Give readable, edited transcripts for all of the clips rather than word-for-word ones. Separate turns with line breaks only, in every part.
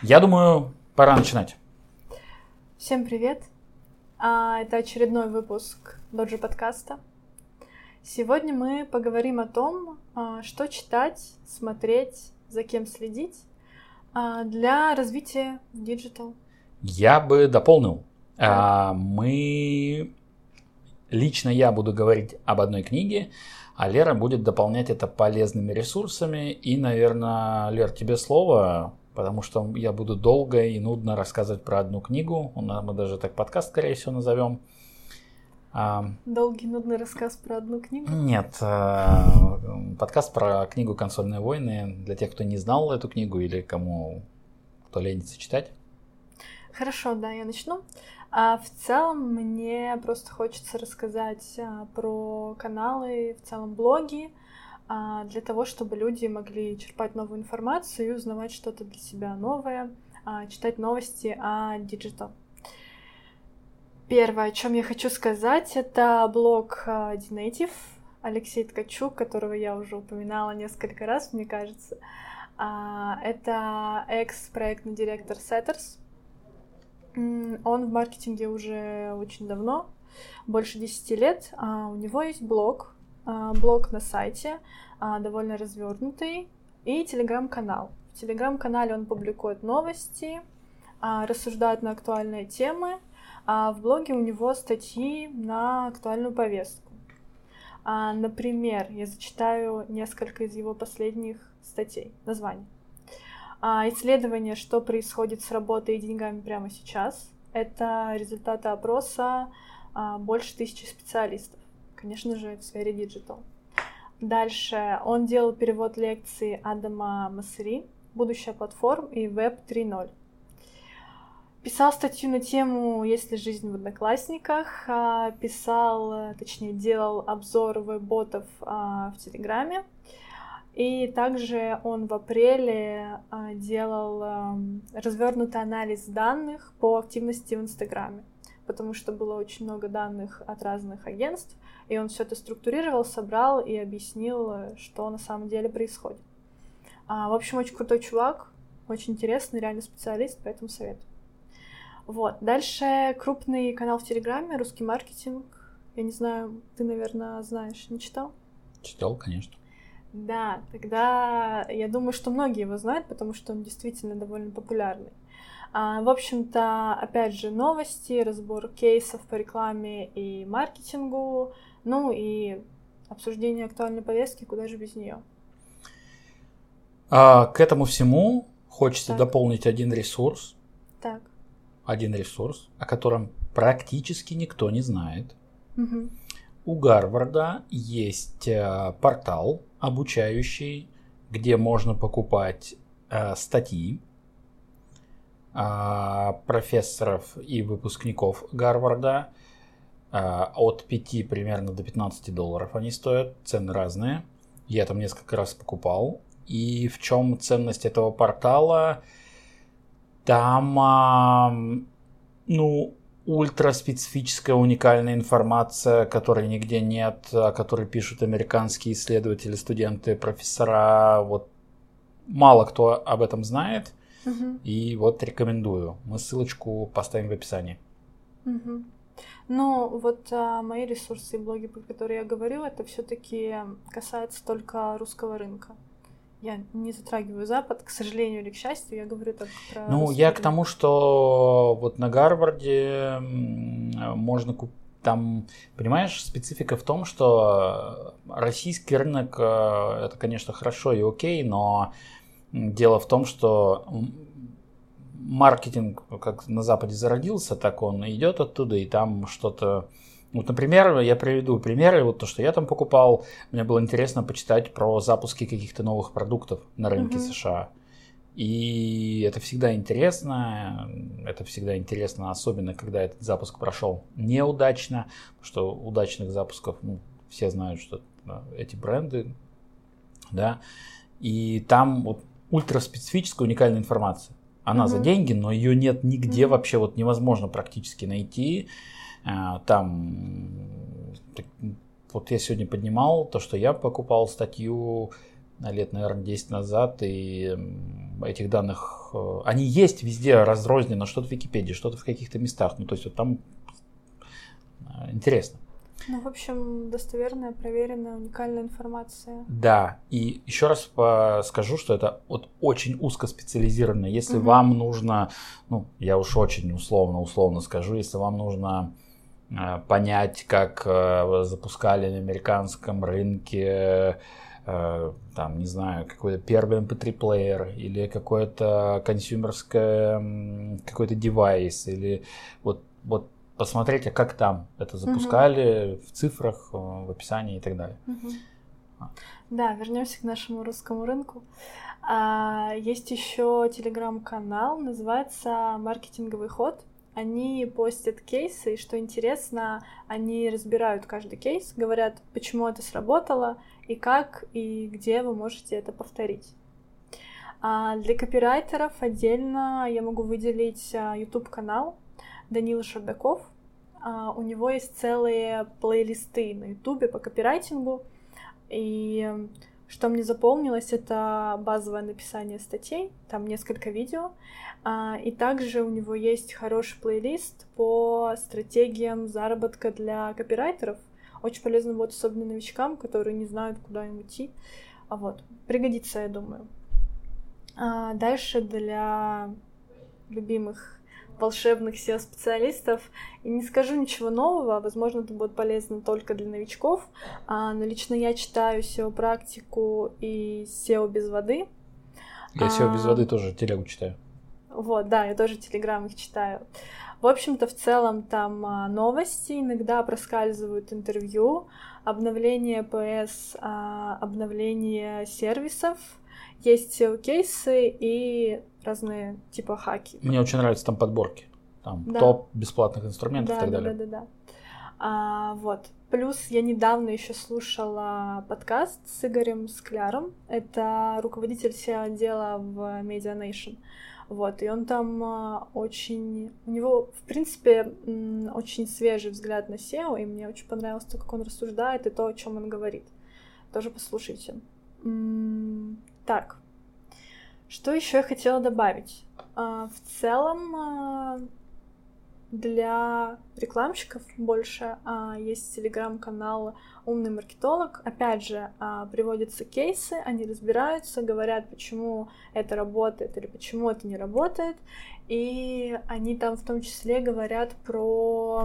Я думаю, пора начинать.
Всем привет! Это очередной выпуск Доджи подкаста. Сегодня мы поговорим о том, что читать, смотреть, за кем следить для развития диджитал.
Я бы дополнил.
Да.
Лично я буду говорить об одной книге, а Лера будет дополнять это полезными ресурсами. И, наверное, Лер, тебе слово, потому что я буду долго и нудно рассказывать про одну книгу. Мы даже так подкаст, скорее всего, назовем.
Долгий нудный рассказ про одну книгу?
Нет, подкаст про книгу «Консольные войны» для тех, кто не знал эту книгу или кто ленится читать.
Хорошо, да, я начну. В целом мне просто хочется рассказать про каналы, в целом блоги, для того, чтобы люди могли черпать новую информацию и узнавать что-то для себя новое, читать новости о диджитал. Первое, о чем я хочу сказать, это блог DNative, Алексей Ткачук, которого я уже упоминала несколько раз, мне кажется. Это экс-проектный директор Setters. Он в маркетинге уже очень давно, больше 10 лет. У него есть блог на сайте, довольно развернутый, и телеграм-канал. В телеграм-канале он публикует новости, рассуждает на актуальные темы, а в блоге у него статьи на актуальную повестку. Например, я зачитаю несколько из его последних статей, названий. Исследование, что происходит с работой и деньгами прямо сейчас. Это результаты опроса больше 1000 специалистов, конечно же, в сфере диджитал. Дальше он делал перевод лекции Адама Моссери «Будущее платформ» и Web 3.0. Писал статью на тему «Есть ли жизнь в Одноклассниках?», делал обзор веб-ботов в Телеграме. И также он в апреле делал развернутый анализ данных по активности в Инстаграме, потому что было очень много данных от разных агентств, и он все это структурировал, собрал и объяснил, что на самом деле происходит. В общем, очень крутой чувак, очень интересный, реально специалист, поэтому советую. Вот. Дальше крупный канал в Телеграме «Русский маркетинг». Я не знаю, ты, наверное, знаешь, не читал?
Читал, конечно.
Да, тогда я думаю, что многие его знают, потому что он действительно довольно популярный. В общем-то, опять же, новости, разбор кейсов по рекламе и маркетингу, ну и обсуждение актуальной повестки, куда же без нее.
К этому всему хочется дополнить один ресурс.
Так.
Один ресурс, о котором практически никто не знает.
Угу.
У Гарварда есть портал обучающий, где можно покупать статьи профессоров и выпускников Гарварда. От 5 примерно до $15 они стоят, цены разные. Я там несколько раз покупал. И в чем ценность этого портала? Там, ультраспецифическая уникальная информация, которой нигде нет, о которой пишут американские исследователи, студенты, профессора. Вот мало кто об этом знает.
Угу.
И вот рекомендую. Мы ссылочку поставим в описании.
Угу. Мои ресурсы и блоги, про которые я говорю, это все-таки касается только русского рынка. Я не затрагиваю Запад, к сожалению или к счастью, я говорю только про русский рынок.
К тому, что вот на Гарварде можно купить. Там, понимаешь, специфика в том, что российский рынок это, конечно, хорошо и окей, но дело в том, что маркетинг как на Западе зародился, так он идет оттуда, и там что-то. Вот, например, я приведу примеры, вот то, что я там покупал, мне было интересно почитать про запуски каких-то новых продуктов на рынке США. И это всегда интересно, особенно когда этот запуск прошел неудачно, потому что удачных запусков, все знают, что эти бренды, да, и там вот ультраспецифическая уникальная информация. Она за деньги, но ее нет нигде вообще, вот невозможно практически найти. Там, вот я сегодня поднимал то, что я покупал статью лет, наверное, 10 назад, и этих данных, они есть везде разрозненно, что-то в Википедии, что-то в каких-то местах, ну, то есть вот там интересно.
Ну, в общем, достоверная, проверенная, уникальная информация.
Да, и еще раз скажу, что это вот очень узкоспециализированно. Если вам нужно, ну, я уж очень условно скажу, если вам нужно понять, как запускали на американском рынке, там, не знаю, какой-то первый MP3-плеер или какой-то консюмерский какой-то девайс, или вот посмотреть, а как там это запускали в цифрах, в описании и так далее.
Да, вернемся к нашему русскому рынку. Есть еще телеграм-канал, называется «Маркетинговый ход». Они постят кейсы, и что интересно, они разбирают каждый кейс, говорят, почему это сработало, и как, и где вы можете это повторить. Для копирайтеров отдельно я могу выделить YouTube-канал Данила Шардаков. У него есть целые плейлисты на YouTube по копирайтингу, и что мне запомнилось, это базовое написание статей, там несколько видео, и также у него есть хороший плейлист по стратегиям заработка для копирайтеров. Очень полезно будет особенно новичкам, которые не знают, куда им идти. Вот. Пригодится, я думаю. Дальше для любимых волшебных SEO-специалистов. И не скажу ничего нового, возможно, это будет полезно только для новичков, но лично я читаю SEO-практику и SEO без воды.
Я SEO без воды тоже телегу читаю.
Вот, да, я тоже Telegram их читаю. В общем-то, в целом там новости, иногда проскальзывают интервью, обновление ПС, обновление сервисов, есть SEO-кейсы и разные типа хаки.
Мне очень нравятся там подборки. Там топ бесплатных инструментов и так далее.
Да. Вот. Плюс я недавно еще слушала подкаст с Игорем Скляром. Это руководитель SEO-отдела в Media Nation. Вот, и он там очень... У него, в принципе, очень свежий взгляд на SEO, и мне очень понравилось то, как он рассуждает, и то, о чем он говорит. Тоже послушайте. Так, что еще я хотела добавить? В целом, для рекламщиков больше есть телеграм-канал «Умный маркетолог». Опять же, приводятся кейсы, они разбираются, говорят, почему это работает или почему это не работает. И они там в том числе говорят про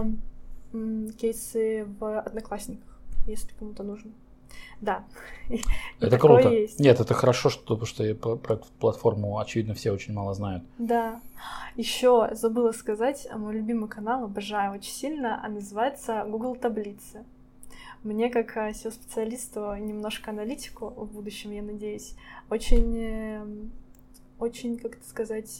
кейсы в Одноклассниках, если кому-то нужно. Да.
Это круто. Есть. Нет, это хорошо, потому что про эту платформу, очевидно, все очень мало знают.
Да. Еще забыла сказать, мой любимый канал, обожаю очень сильно, называется Google Таблицы. Мне, как SEO-специалисту, немножко аналитику в будущем, я надеюсь, очень, как это сказать...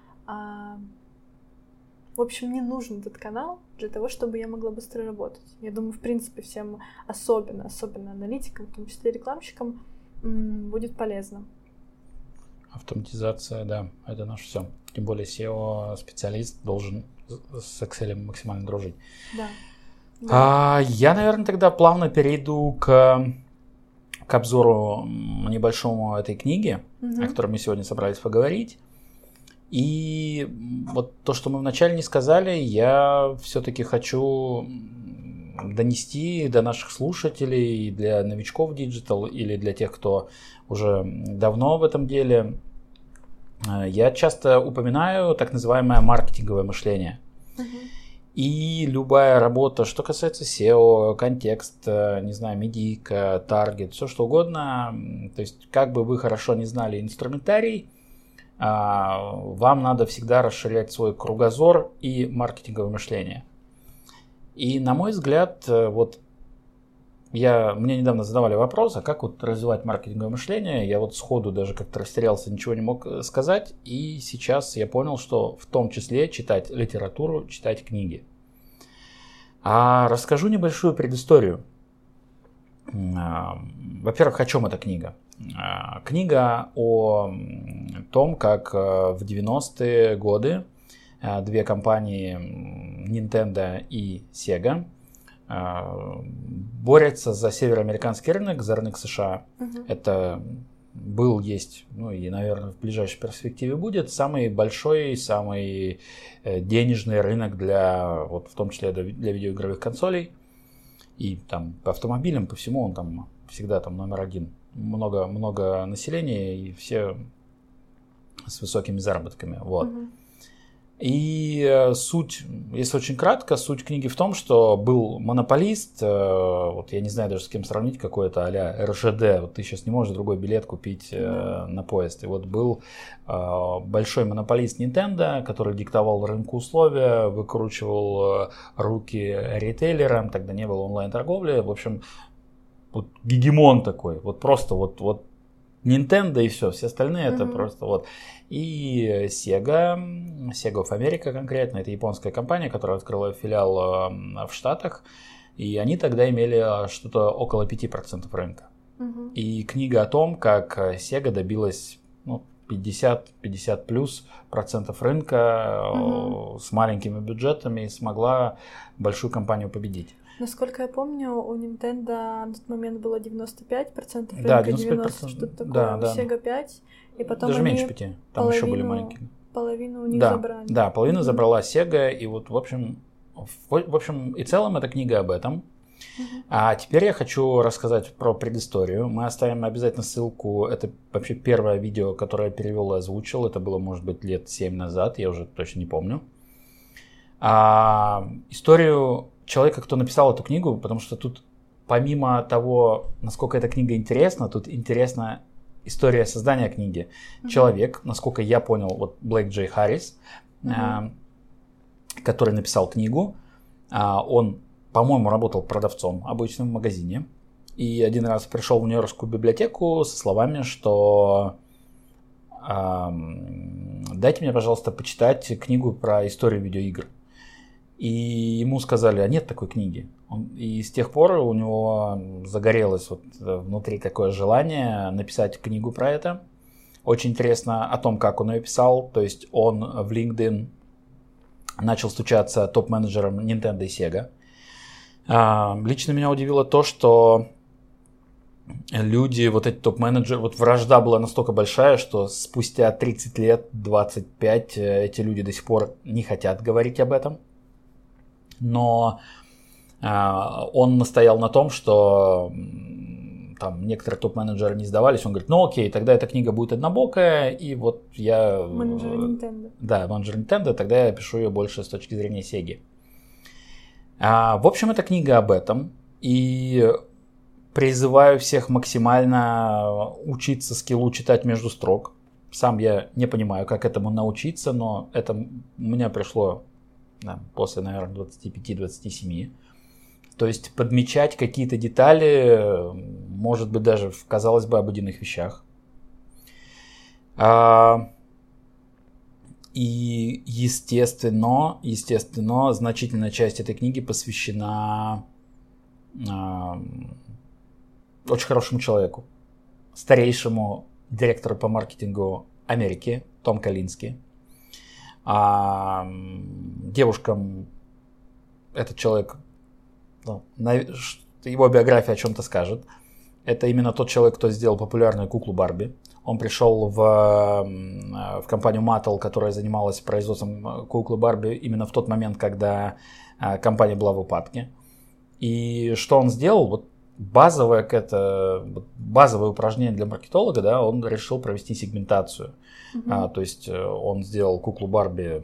В общем, мне нужен этот канал для того, чтобы я могла быстро работать. Я думаю, в принципе, всем особенно аналитикам, в том числе рекламщикам, будет полезно.
Автоматизация, да, это наше все. Тем более SEO-специалист должен с Excel максимально дружить.
Да.
Я, наверное, тогда плавно перейду к обзору небольшому этой книги, о которой мы сегодня собрались поговорить. И вот то, что мы вначале не сказали, я все-таки хочу донести до наших слушателей, для новичков диджитал или для тех, кто уже давно в этом деле. Я часто упоминаю так называемое маркетинговое мышление. И любая работа, что касается SEO, контекст, не знаю, медийка, таргет, все что угодно, то есть как бы вы хорошо не знали инструментарий, вам надо всегда расширять свой кругозор и маркетинговое мышление. И на мой взгляд, вот мне недавно задавали вопрос, а как вот развивать маркетинговое мышление? Я вот сходу даже как-то растерялся, ничего не мог сказать. И сейчас я понял, что в том числе читать литературу, читать книги. Расскажу небольшую предысторию. Во-первых, о чем эта книга? Книга о том, как в 90-е годы две компании Nintendo и Sega борются за североамериканский рынок, за рынок США. Это был, есть, ну и, наверное, в ближайшей перспективе будет самый большой, самый денежный рынок для, вот в том числе для видеоигровых консолей. И там по автомобилям, по всему он там всегда там номер один. Много населения и все с высокими заработками. Вот. И суть, если очень кратко, суть книги в том, что был монополист, вот я не знаю даже с кем сравнить, какой-то а-ля РЖД, вот ты сейчас не можешь другой билет купить на поезд. И вот был большой монополист Nintendo, который диктовал рынку условия, выкручивал руки ритейлерам, тогда не было онлайн-торговли, в общем, вот гегемон такой, вот просто вот Nintendo и все остальные это просто вот. И Sega of America конкретно, это японская компания, которая открыла филиал в Штатах, и они тогда имели что-то около 5% рынка. И книга о том, как Sega добилась 50 плюс процентов рынка с маленькими бюджетами и смогла большую компанию победить.
Насколько я помню, у Nintendo на тот момент было 95% рынка,
да,
90% что-то такое, у Sega 5%, и потом
даже
они
меньше 5%, там еще были маленькие.
Половину у них забрали.
Да, половину забрала Sega, и вот в общем и целом эта книга об этом. А теперь я хочу рассказать про предысторию. Мы оставим обязательно ссылку. Это вообще первое видео, которое я перевел и озвучил. Это было, может быть, лет 7 назад, я уже точно не помню. Историю человека, кто написал эту книгу, потому что тут помимо того, насколько эта книга интересна, тут интересна история создания книги. Человек, насколько я понял, вот Блейк Джей Харрис, который написал книгу, он, по-моему, работал продавцом обычным в магазине. И один раз пришел в Нью-Йоркскую библиотеку со словами, что дайте мне, пожалуйста, почитать книгу про историю видеоигр. И ему сказали, а нет такой книги. И с тех пор у него загорелось вот внутри такое желание написать книгу про это. Очень интересно о том, как он ее писал. То есть он в LinkedIn начал стучаться топ-менеджером Nintendo и Sega. Лично меня удивило то, что люди, вот эти топ-менеджеры, вот вражда была настолько большая, что спустя 30 лет, 25, эти люди до сих пор не хотят говорить об этом. Но он настоял на том, что там некоторые топ-менеджеры не сдавались. Он говорит, ну окей, тогда эта книга будет однобокая, и вот я...
Менеджер Nintendo.
Да, менеджер Nintendo, тогда я пишу ее больше с точки зрения Sega. В общем, эта книга об этом, и призываю всех максимально учиться скиллу читать между строк. Сам я не понимаю, как этому научиться, но это у меня пришло после, наверное, 25-27. То есть подмечать какие-то детали, может быть, даже в, казалось бы, обыденных вещах. И, естественно, значительная часть этой книги посвящена очень хорошему человеку, старейшему директору по маркетингу Америки, Том Коллински. Девушкам этот человек, его биография о чем-то скажет. Это именно тот человек, кто сделал популярную куклу Барби. Он пришел в компанию Mattel, которая занималась производством куклы Барби именно в тот момент, когда компания была в упадке. И что он сделал? Вот базовое упражнение для маркетолога, да, он решил провести сегментацию. То есть он сделал куклу Барби,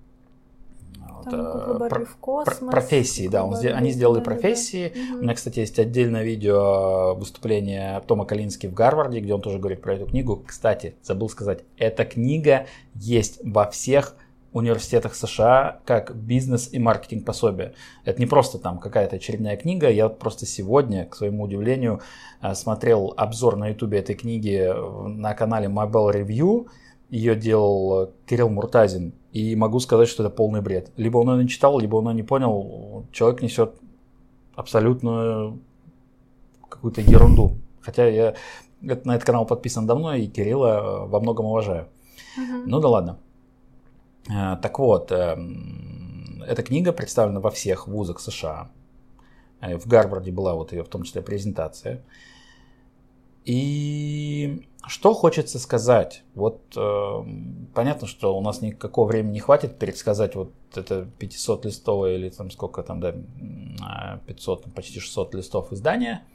в космос,
профессии, да, они сделали профессии.
Да.
У меня, кстати, есть отдельное видео выступления Тома Коллински в Гарварде, где он тоже говорит про эту книгу. Кстати, забыл сказать, эта книга есть во всех университетах США как бизнес и маркетинг пособие. Это не просто там какая-то очередная книга. Я просто сегодня, к своему удивлению, смотрел обзор на YouTube этой книги на канале Mobile Review. Ее делал Кирилл Муртазин. И могу сказать, что это полный бред. Либо он ее не читал, либо он ее не понял. Человек несет абсолютную какую-то ерунду. Хотя я на этот канал подписан давно и Кирилла во многом уважаю. Ну да ладно. Так вот, эта книга представлена во всех вузах США. В Гарварде была вот ее в том числе презентация. И Что хочется сказать? Вот понятно, что у нас никакого времени не хватит пересказать вот это 500-листовое или там сколько там, да, 500, почти 600 листов издания.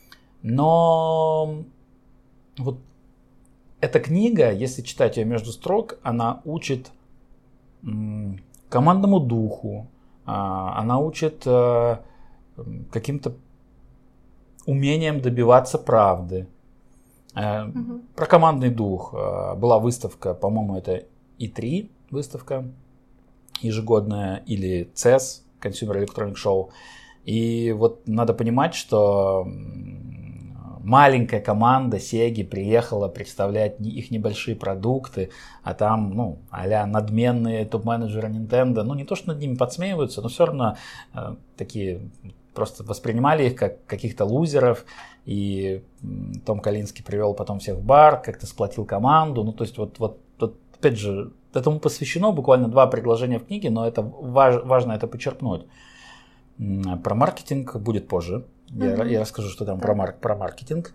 Но вот эта книга, если читать ее между строк, она учит командному духу, она учит каким-то умением добиваться правды. Про командный дух была выставка, по-моему, это E3 выставка ежегодная, или CES, Consumer Electronic Show. И вот надо понимать, что маленькая команда Sega приехала представлять их небольшие продукты, а там, ну, а-ля надменные топ-менеджеры Nintendo, ну, не то, что над ними подсмеиваются, но все равно такие просто воспринимали их как каких-то лузеров. И Том Колинский привел потом всех в бар, как-то сплотил команду. Ну, то есть, вот опять же, этому посвящено буквально 2 предложения в книге, но это важно это подчеркнуть. Про маркетинг будет позже. Я расскажу, что там про маркетинг.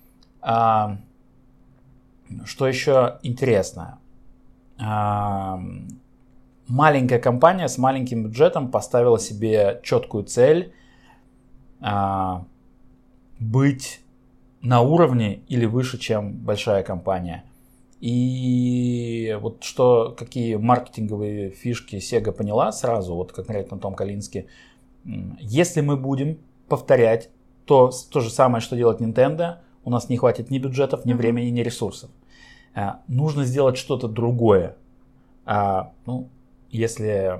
Что еще интересно? Маленькая компания с маленьким бюджетом поставила себе четкую цель быть на уровне или выше, чем большая компания. И вот какие маркетинговые фишки Sega поняла сразу, вот конкретно Том Колинский. Если мы будем повторять то же самое, что делает Nintendo, у нас не хватит ни бюджетов, ни времени, ни ресурсов. Нужно сделать что-то другое. Ну, если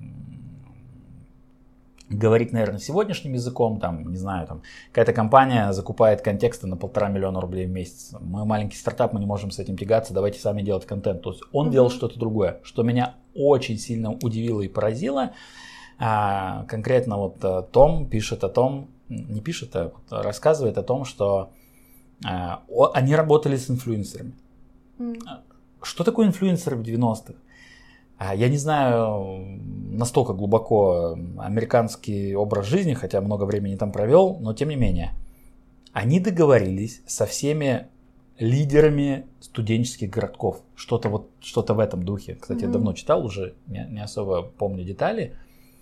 говорить, наверное, сегодняшним языком, там, не знаю, там, какая-то компания закупает контексты на 1,5 миллиона рублей в месяц. Мы маленький стартап, мы не можем с этим тягаться, давайте сами делать контент. То есть он делал что-то другое, что меня очень сильно удивило и поразило. Конкретно вот Том пишет о том, не пишет, а вот рассказывает о том, что они работали с инфлюенсерами. Что такое инфлюенсеры в 90-х? Я не знаю настолько глубоко американский образ жизни, хотя много времени там провел, но тем не менее. Они договорились со всеми лидерами студенческих городков. Что-то в этом духе. Кстати, я давно читал, уже не особо помню детали.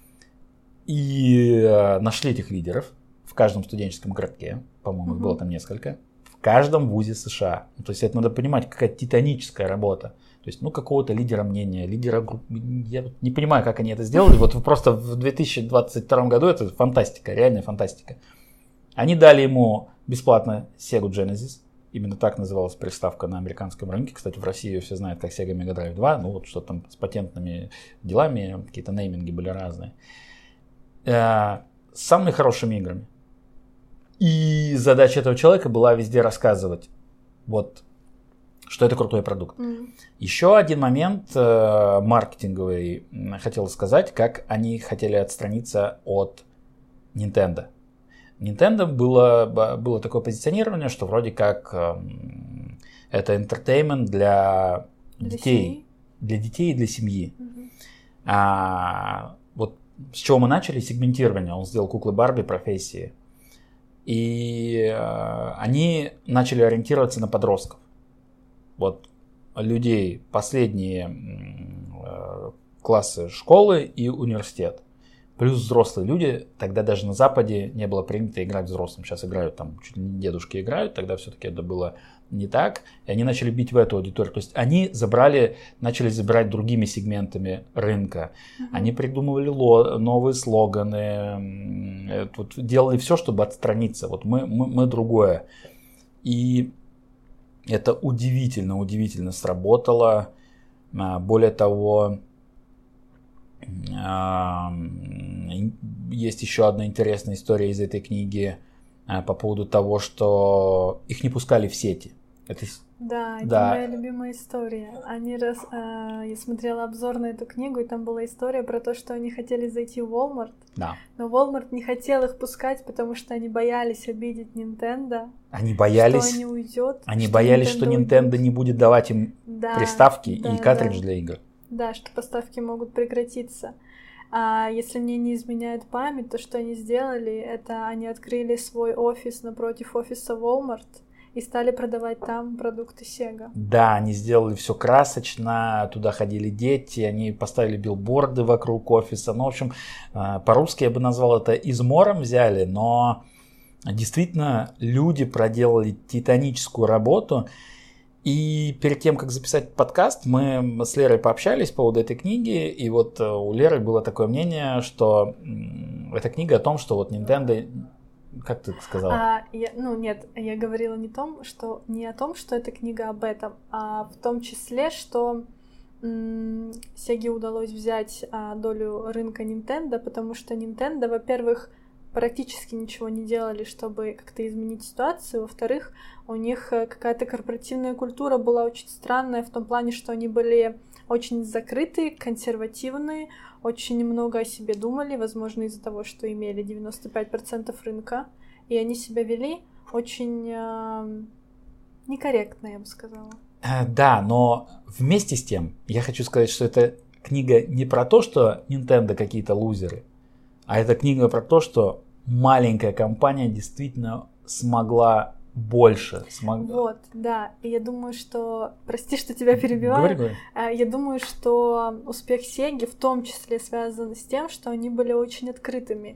И нашли этих лидеров в каждом студенческом городке. По-моему, их было там несколько. В каждом вузе США. То есть это надо понимать, какая титаническая работа. То есть, какого-то лидера мнения, лидера группы. Я не понимаю, как они это сделали. Вот просто в 2022 году это фантастика, реальная фантастика. Они дали ему бесплатно Sega Genesis. Именно так называлась приставка на американском рынке. Кстати, в России ее все знают как Sega Mega Drive 2. Ну вот что там с патентными делами, какие-то нейминги были разные. С самыми хорошими играми. И задача этого человека была везде рассказывать, вот, что это крутой продукт. Еще один момент маркетинговый хотел сказать, как они хотели отстраниться от Nintendo. Nintendo было такое позиционирование, что вроде как это entertainment для детей. Для детей и для семьи. Вот с чего мы начали? Сегментирование. Он сделал куклы Барби профессии. И они начали ориентироваться на подростков. Вот людей последние классы школы и университет. Плюс взрослые люди. Тогда даже на Западе не было принято играть взрослым. Сейчас играют там, чуть ли не дедушки играют. Тогда все-таки это было не так. И они начали бить в эту аудиторию. То есть они начали забирать другими сегментами рынка. Они придумывали новые слоганы. Делали все, чтобы отстраниться. Вот мы другое. И это удивительно сработало. Более того, есть еще одна интересная история из этой книги по поводу того, что их не пускали в сети.
Да, это моя любимая история. Я смотрела обзор на эту книгу, и там была история про то, что они хотели зайти в Walmart, но Walmart не хотел их пускать, потому что они боялись обидеть Nintendo.
Они боялись,
что они уйдет.
Они боялись, что Nintendo не будет давать им приставки и картридж для игр.
Да, что поставки могут прекратиться. А если мне не изменяет память, то что они сделали, это они открыли свой офис напротив офиса Walmart и стали продавать там продукты Sega.
Да, они сделали все красочно, туда ходили дети, они поставили билборды вокруг офиса. Ну, в общем, по-русски я бы назвал это измором взяли, но действительно люди проделали титаническую работу. И перед тем, как записать подкаст, мы с Лерой пообщались по поводу этой книги, и вот у Леры было такое мнение, что эта книга о том, что вот Nintendo... Как ты сказала?
Я говорила не о том, что эта книга об этом, а в том числе, что Сеге удалось взять долю рынка Nintendo, потому что Nintendo, во-первых, практически ничего не делали, чтобы как-то изменить ситуацию. Во-вторых, у них какая-то корпоративная культура была очень странная в том плане, что они были очень закрытые, консервативные, очень много о себе думали, возможно, из-за того, что имели 95% рынка, и они себя вели очень некорректно, я бы сказала.
Да, но вместе с тем я хочу сказать, что эта книга не про то, что Nintendo какие-то лузеры, а это книга про то, что маленькая компания действительно смогла больше.
Вот, да. И я думаю, что... Прости, что тебя перебиваю.
Говори.
Я думаю, что успех Сеги в том числе связан с тем, что они были очень открытыми.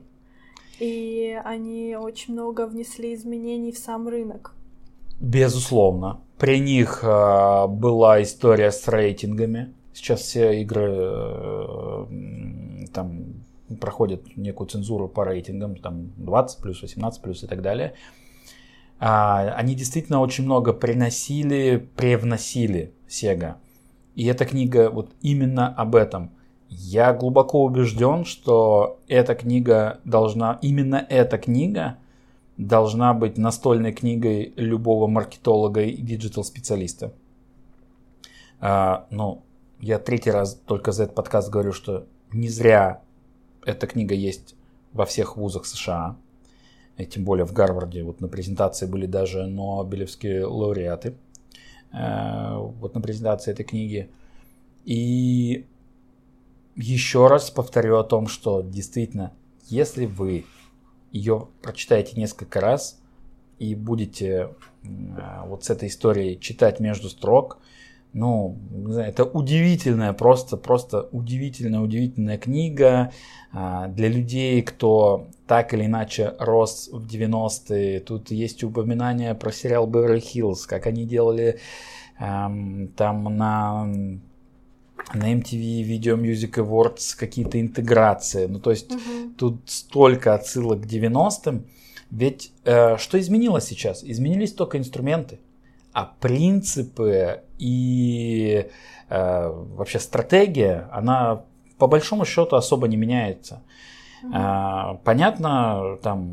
И они очень много внесли изменений в сам рынок.
Безусловно. При них была история с рейтингами. Сейчас все игры там проходят некую цензуру по рейтингам, там 20+, 18+, и так далее. Они действительно очень много привносили Sega. И эта книга вот именно об этом. Я глубоко убежден, что именно эта книга должна быть настольной книгой любого маркетолога и диджитал-специалиста. Но я третий раз только за этот подкаст говорю, что не зря эта книга есть во всех вузах США. И тем более в Гарварде. Вот на презентации были даже нобелевские лауреаты. Вот на презентации этой книги. И еще раз повторю о том, что действительно, если вы ее прочитаете несколько раз и будете вот с этой историей читать между строк, ну, не знаю, это удивительная, просто удивительная книга для людей, кто так или иначе рос в 90-е. Тут есть упоминания про сериал «Беверли-Хиллз», как они делали там на MTV Video Music Awards какие-то интеграции. Ну, то есть тут столько отсылок к 90-м. Ведь что изменилось сейчас? Изменились только инструменты. А принципы и вообще стратегия, она по большому счету особо не меняется. Понятно, там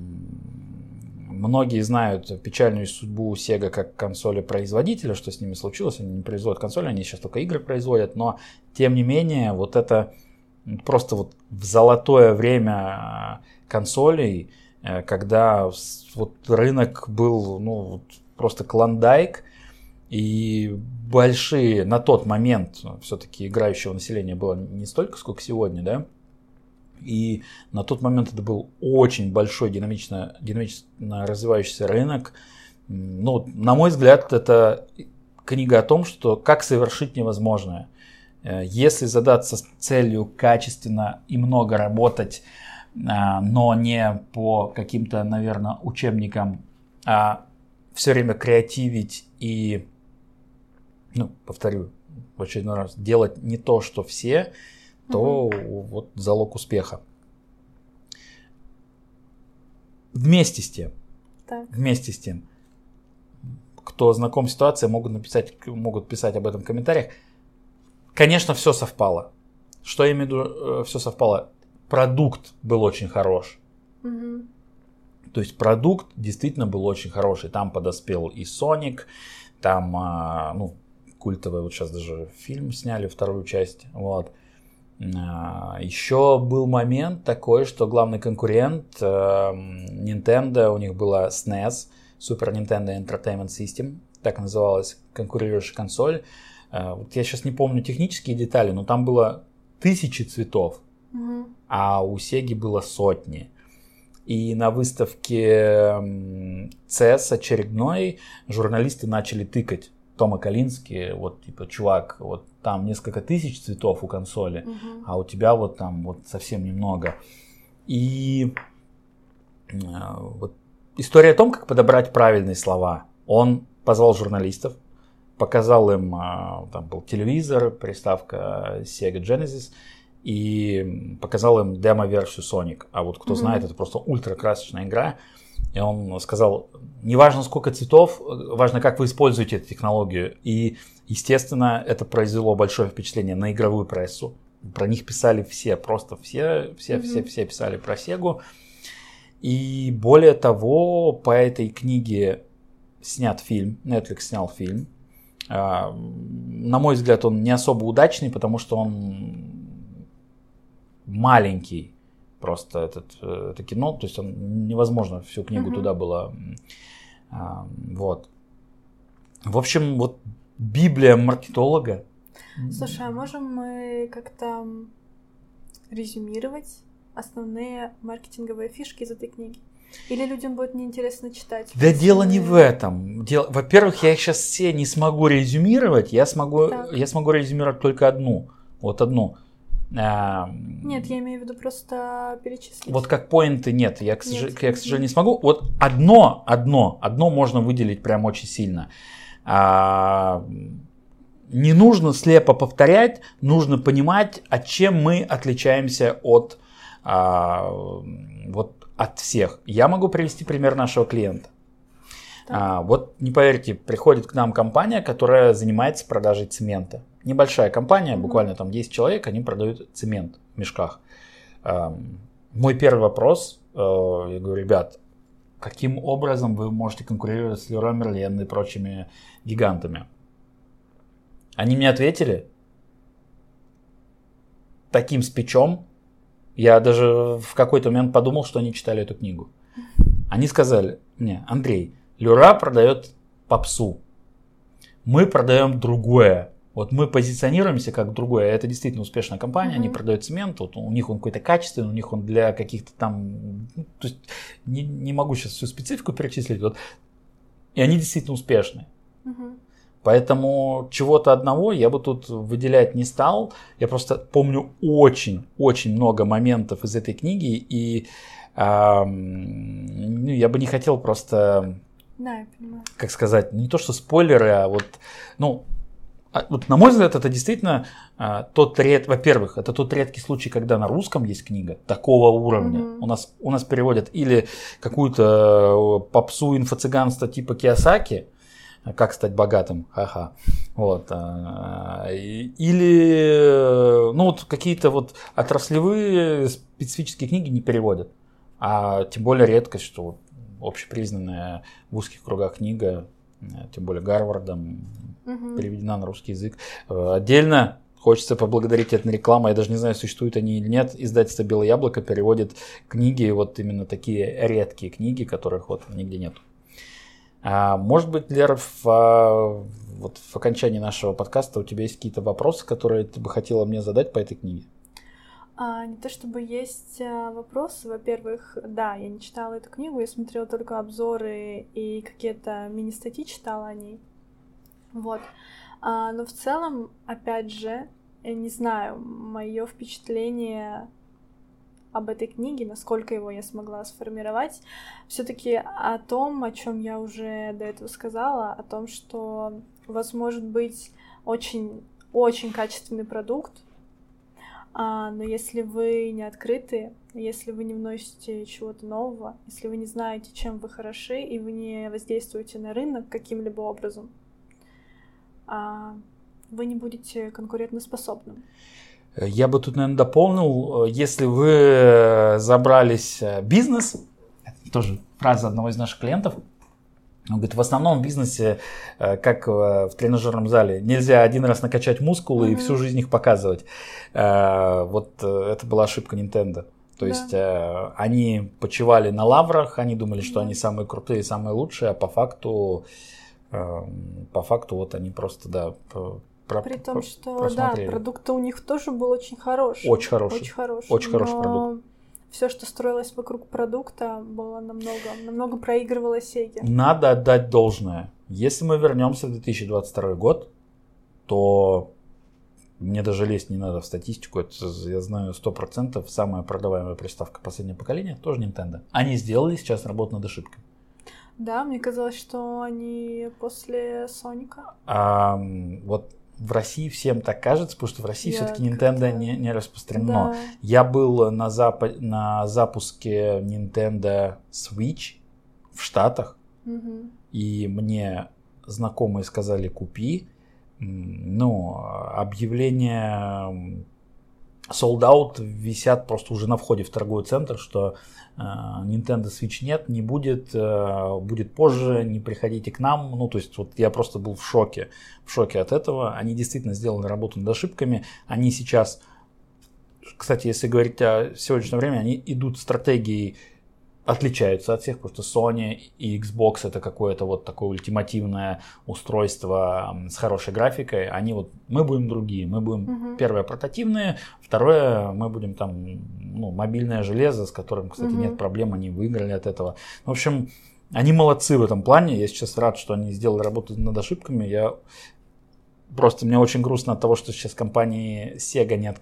многие знают печальную судьбу Sega как консоли-производителя, что с ними случилось. Они не производят консоли, они сейчас только игры производят. Но, тем не менее, вот это просто вот в золотое время консолей, когда вот рынок был просто клондайк, и большие, на тот момент все-таки играющего населения было не столько, сколько сегодня, да, и на тот момент это был очень большой динамично развивающийся рынок. Ну, на мой взгляд, это книга о том, что как совершить невозможное. Если задаться целью качественно и много работать, но не по каким-то, наверное, учебникам, а все время креативить и, повторю в очередной раз, делать не то, что все, то вот залог успеха. Вместе с тем, кто знаком с ситуацией, могут писать об этом в комментариях. Конечно, все совпало. Что я имею в виду, все совпало? Продукт был очень хорош. То есть продукт действительно был очень хороший. Там подоспел и Sonic, там культовый, вот сейчас даже фильм сняли, вторую часть. Вот. Еще был момент такой, что главный конкурент Nintendo, у них была SNES, Super Nintendo Entertainment System, так называлась конкурирующая консоль. Вот я сейчас не помню технические детали, но там было 1000 цветов, а у Sega было сотни. И на выставке CES очередной журналисты начали тыкать Тома Колински, вот типа, чувак, вот там несколько тысяч цветов у консоли, а у тебя вот там вот совсем немного. И вот история о том, как подобрать правильные слова. Он позвал журналистов, показал им, там был телевизор, приставка Sega Genesis, и показал им демо-версию Sonic. А вот кто знает, это просто ультракрасочная игра. И он сказал, не важно сколько цветов, важно как вы используете эту технологию. И, естественно, это произвело большое впечатление на игровую прессу. Про них писали все, просто все писали про Сегу. И более того, по этой книге снят фильм, Netflix снял фильм. На мой взгляд, он не особо удачный, потому что он маленький. Просто это кино, то есть невозможно всю книгу туда было. Вот. В общем, вот Библия маркетолога.
Слушай, а можем мы как-то резюмировать основные маркетинговые фишки из этой книги? Или людям будет неинтересно читать?
Да дело не в этом. Во-первых, я их сейчас все не смогу резюмировать. Я смогу резюмировать только одну. Вот одну.
Нет, я имею в виду просто перечислить.
Вот как поинты нет, я, к сожалению, не смогу. Вот одно можно выделить прям очень сильно. Не нужно слепо повторять, нужно понимать, чем мы отличаемся от всех. Я могу привести пример нашего клиента. Вот не поверите, приходит к нам компания, которая занимается продажей цемента. Небольшая компания, буквально там 10 человек, они продают цемент в мешках. Мой первый вопрос, я говорю, ребят, каким образом вы можете конкурировать с Леруа Мерлен и прочими гигантами? Они мне ответили таким спичом, я даже в какой-то момент подумал, что они читали эту книгу. Они сказали мне, Андрей, Леруа продает попсу, мы продаем другое. Вот мы позиционируемся как другое. Это действительно успешная компания, они продают цемент, вот у них он какой-то качественный, у них он для каких-то там... То есть не могу сейчас всю специфику перечислить. Вот, и они действительно успешные. Поэтому чего-то одного я бы тут выделять не стал. Я просто помню очень много моментов из этой книги, и я бы не хотел просто...
Да, я понимаю.
Как сказать, не то что спойлеры, а вот... Вот, на мой взгляд, это действительно во-первых, это тот редкий случай, когда на русском есть книга такого уровня. У нас переводят или какую-то попсу инфо-цыганства типа Кийосаки, как стать богатым, ха-ха. Вот. Или вот какие-то вот отраслевые специфические книги не переводят. А тем более редкость, что общепризнанная в узких кругах книга, тем более Гарвардом, переведена на русский язык. Отдельно хочется поблагодарить это на рекламу. Я даже не знаю, существуют они или нет. Издательство «Белое яблоко» переводит книги, вот именно такие редкие книги, которых вот нигде нет. Может быть, Лера, в окончании нашего подкаста у тебя есть какие-то вопросы, которые ты бы хотела мне задать по этой книге?
Не то чтобы есть вопросы. Во-первых, да, я не читала эту книгу, я смотрела только обзоры и какие-то мини-статьи читала о ней. Вот. Но в целом, опять же, я не знаю, мое впечатление об этой книге, насколько его я смогла сформировать, все-таки о том, о чем я уже до этого сказала, о том, что у вас может быть очень, очень качественный продукт, но если вы не открыты, если вы не вносите чего-то нового, если вы не знаете, чем вы хороши, и вы не воздействуете на рынок каким-либо образом, вы не будете конкурентоспособным.
Я бы тут, наверное, дополнил, если вы забрались в бизнес, это тоже фраза одного из наших клиентов, он говорит, в основном в бизнесе, как в тренажерном зале, нельзя один раз накачать мускулы и всю жизнь их показывать. Вот это была ошибка Nintendo. То есть они почивали на лаврах, они думали, что они самые крутые, самые лучшие, а по факту вот они просто,
При том, что продукт у них тоже был очень хороший.
Очень хороший продукт.
все, что строилось вокруг продукта, было намного проигрывало Sega.
Надо отдать должное. Если мы вернемся в 2022 год, то мне даже лезть не надо в статистику. Это, я знаю 100%, самая продаваемая приставка последнего поколения тоже Nintendo. Они сделали сейчас работу над ошибкой.
Да, мне казалось, что они после Соника.
Вот в России всем так кажется, потому что в России все-таки Nintendo не распространено.
Да.
Я был на запуске Nintendo Switch в Штатах, и мне знакомые сказали «купи». Ну, объявления sold out висят просто уже на входе в торговый центр, что Nintendo Switch нет, не будет, будет позже, не приходите к нам. Ну, то есть, вот я просто был в шоке от этого. Они действительно сделали работу над ошибками. Они сейчас, кстати, если говорить о сегодняшнем времени, они идут стратегией, отличаются от всех, потому что Sony и Xbox это какое-то вот такое ультимативное устройство с хорошей графикой. Они вот, мы будем другие, мы будем первое портативные, второе мы будем там, ну, мобильное железо, с которым, кстати, нет проблем, они выиграли от этого. В общем, они молодцы в этом плане. Я сейчас рад, что они сделали работу над ошибками. Мне очень грустно от того, что сейчас компании Sega нет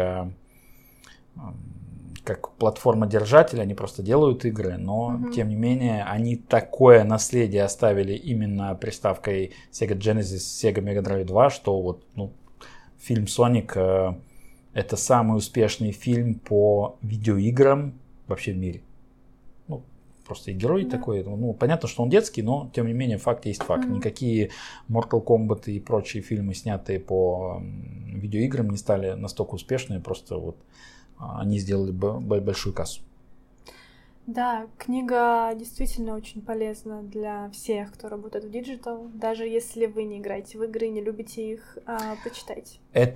как платформа-держатель, они просто делают игры, но, тем не менее, они такое наследие оставили именно приставкой Sega Genesis, Sega Mega Drive 2, что вот, ну, фильм Sonic это самый успешный фильм по видеоиграм вообще в мире. Ну, просто и герой такой, ну, понятно, что он детский, но, тем не менее, факт есть факт. Никакие Mortal Kombat и прочие фильмы, снятые по видеоиграм, не стали настолько успешными, просто вот они сделали большую кассу.
Да, книга действительно очень полезна для всех, кто работает в диджитал. Даже если вы не играете в игры, не любите их, почитайте.
Эта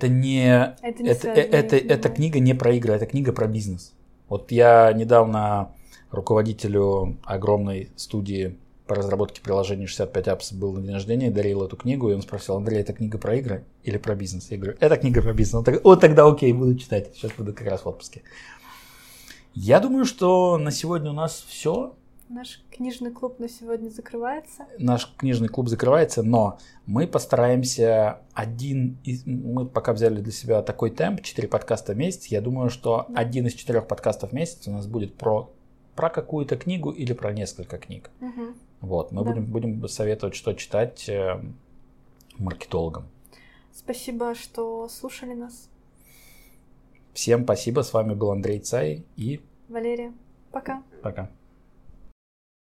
книга не про игры, это книга про бизнес. Вот я недавно руководителю огромной студии по разработке приложений 65 Apps был на день рождения, дарил эту книгу, и он спросил: Андрей, это книга про игры или про бизнес? Я говорю, это книга про бизнес. Он такой: вот тогда окей, буду читать. Сейчас буду как раз в отпуске. Я думаю, что на сегодня у нас все.
Наш книжный клуб на сегодня закрывается.
Наш книжный клуб закрывается, но мы постараемся мы пока взяли для себя такой темп, 4 подкаста в месяц. Я думаю, что один из 4 подкастов в месяц у нас будет про какую-то книгу или про несколько книг. Вот, мы будем советовать, что читать маркетологам.
Спасибо, что слушали нас.
Всем спасибо. С вами был Андрей Цай и
Валерия. Пока.
Пока.